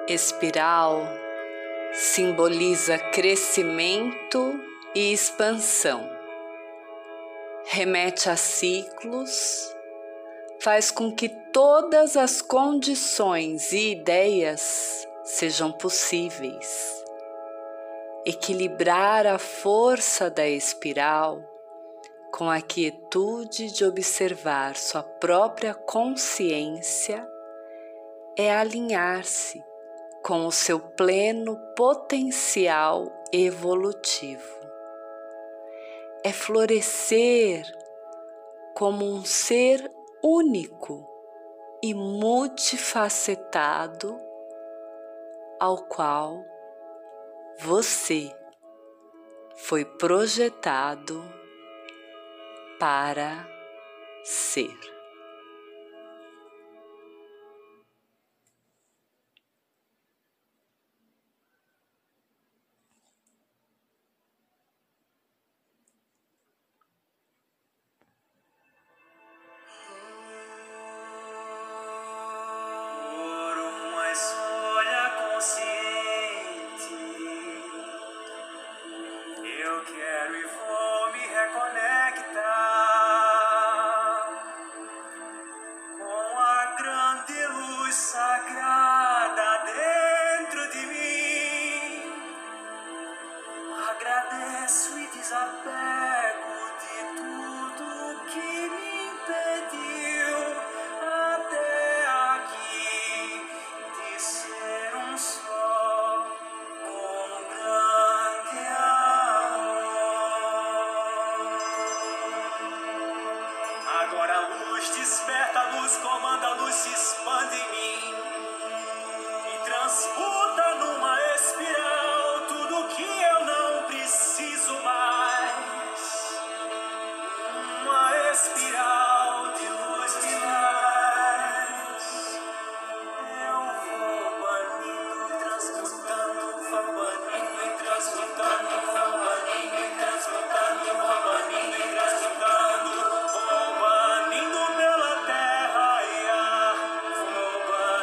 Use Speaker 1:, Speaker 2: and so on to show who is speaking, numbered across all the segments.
Speaker 1: Espiral simboliza crescimento e expansão. Remete a ciclos, faz com que todas as condições e ideias sejam possíveis. Equilibrar a força da espiral com a quietude de observar sua própria consciência é alinhar-se com o seu pleno potencial evolutivo. É florescer como um ser único e multifacetado ao qual você foi projetado para ser.
Speaker 2: Agradeço e desapego de tudo que me impediu até aqui de ser um só com um grande amor. Agora a luz desperta, a luz comanda, a luz se expande em mim e transmuta numa espiral tudo que eu não preciso mais. Uma espiral de luz e paz. Eu vou banindo e transmutando, vou banindo e transmutando, vou banindo e transmutando, vou banindo e transmutando, vou banindo pela terra e ar, vou banindo.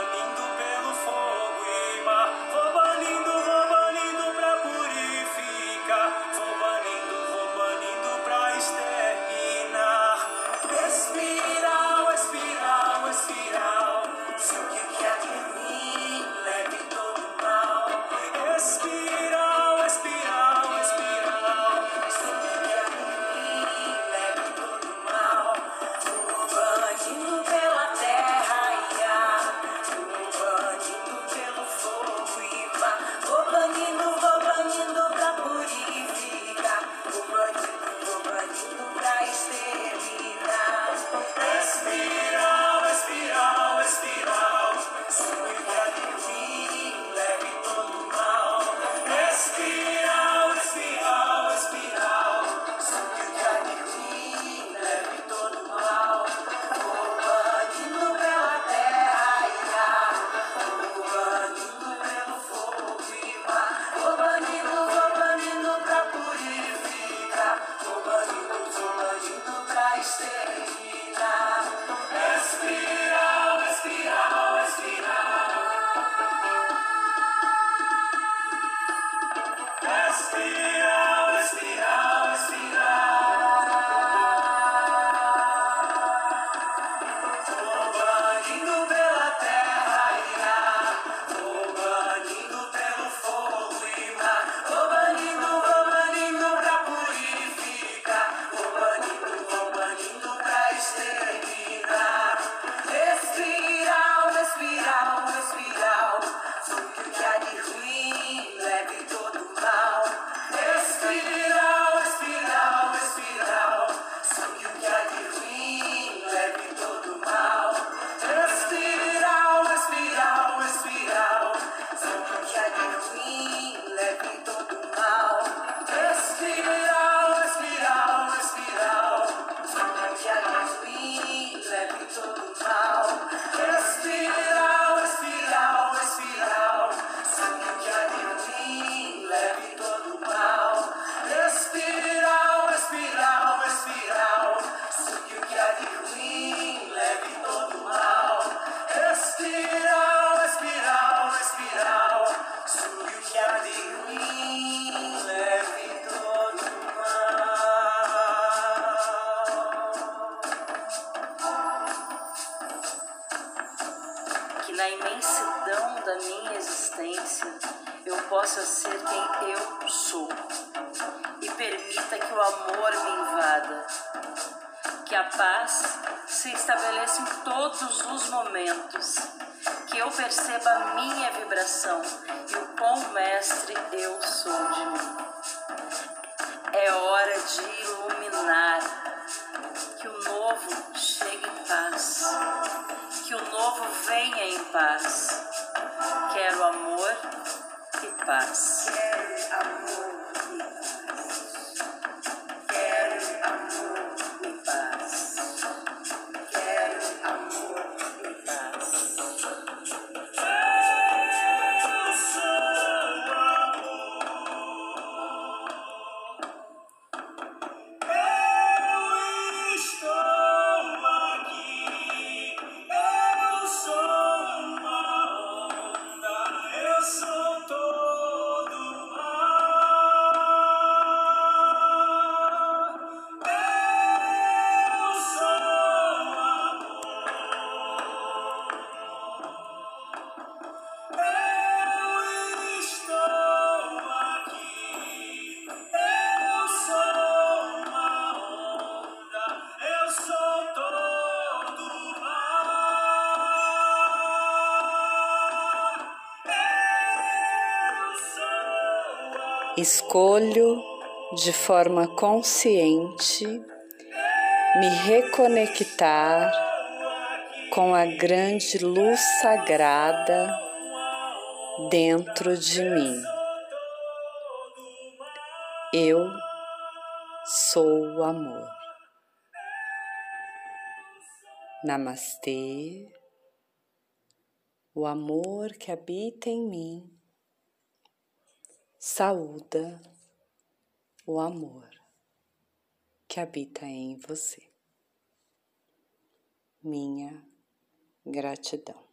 Speaker 3: na imensidão da minha existência, eu possa ser quem eu sou. E permita que o amor me invada, que a paz se estabeleça em todos os momentos, que eu perceba a minha vibração e o quão mestre eu sou de mim. É hora de iluminar, que o novo chegue em paz, que o novo venha em paz. Quero amor e paz. Quero amor e paz. Quero amor e paz. Quero amor e paz.
Speaker 2: Eu sou amor. Eu estou aqui. Eu sou uma onda. Eu sou todo mar. Eu sou amor. Eu estou aqui. Eu sou uma onda. Eu sou todo mar. Eu sou amor.
Speaker 1: Escolho de forma consciente me reconectar com a grande luz sagrada dentro de mim. Eu sou o amor. Namastê. O amor que habita em mim saúda o amor que habita em você. Minha gratidão.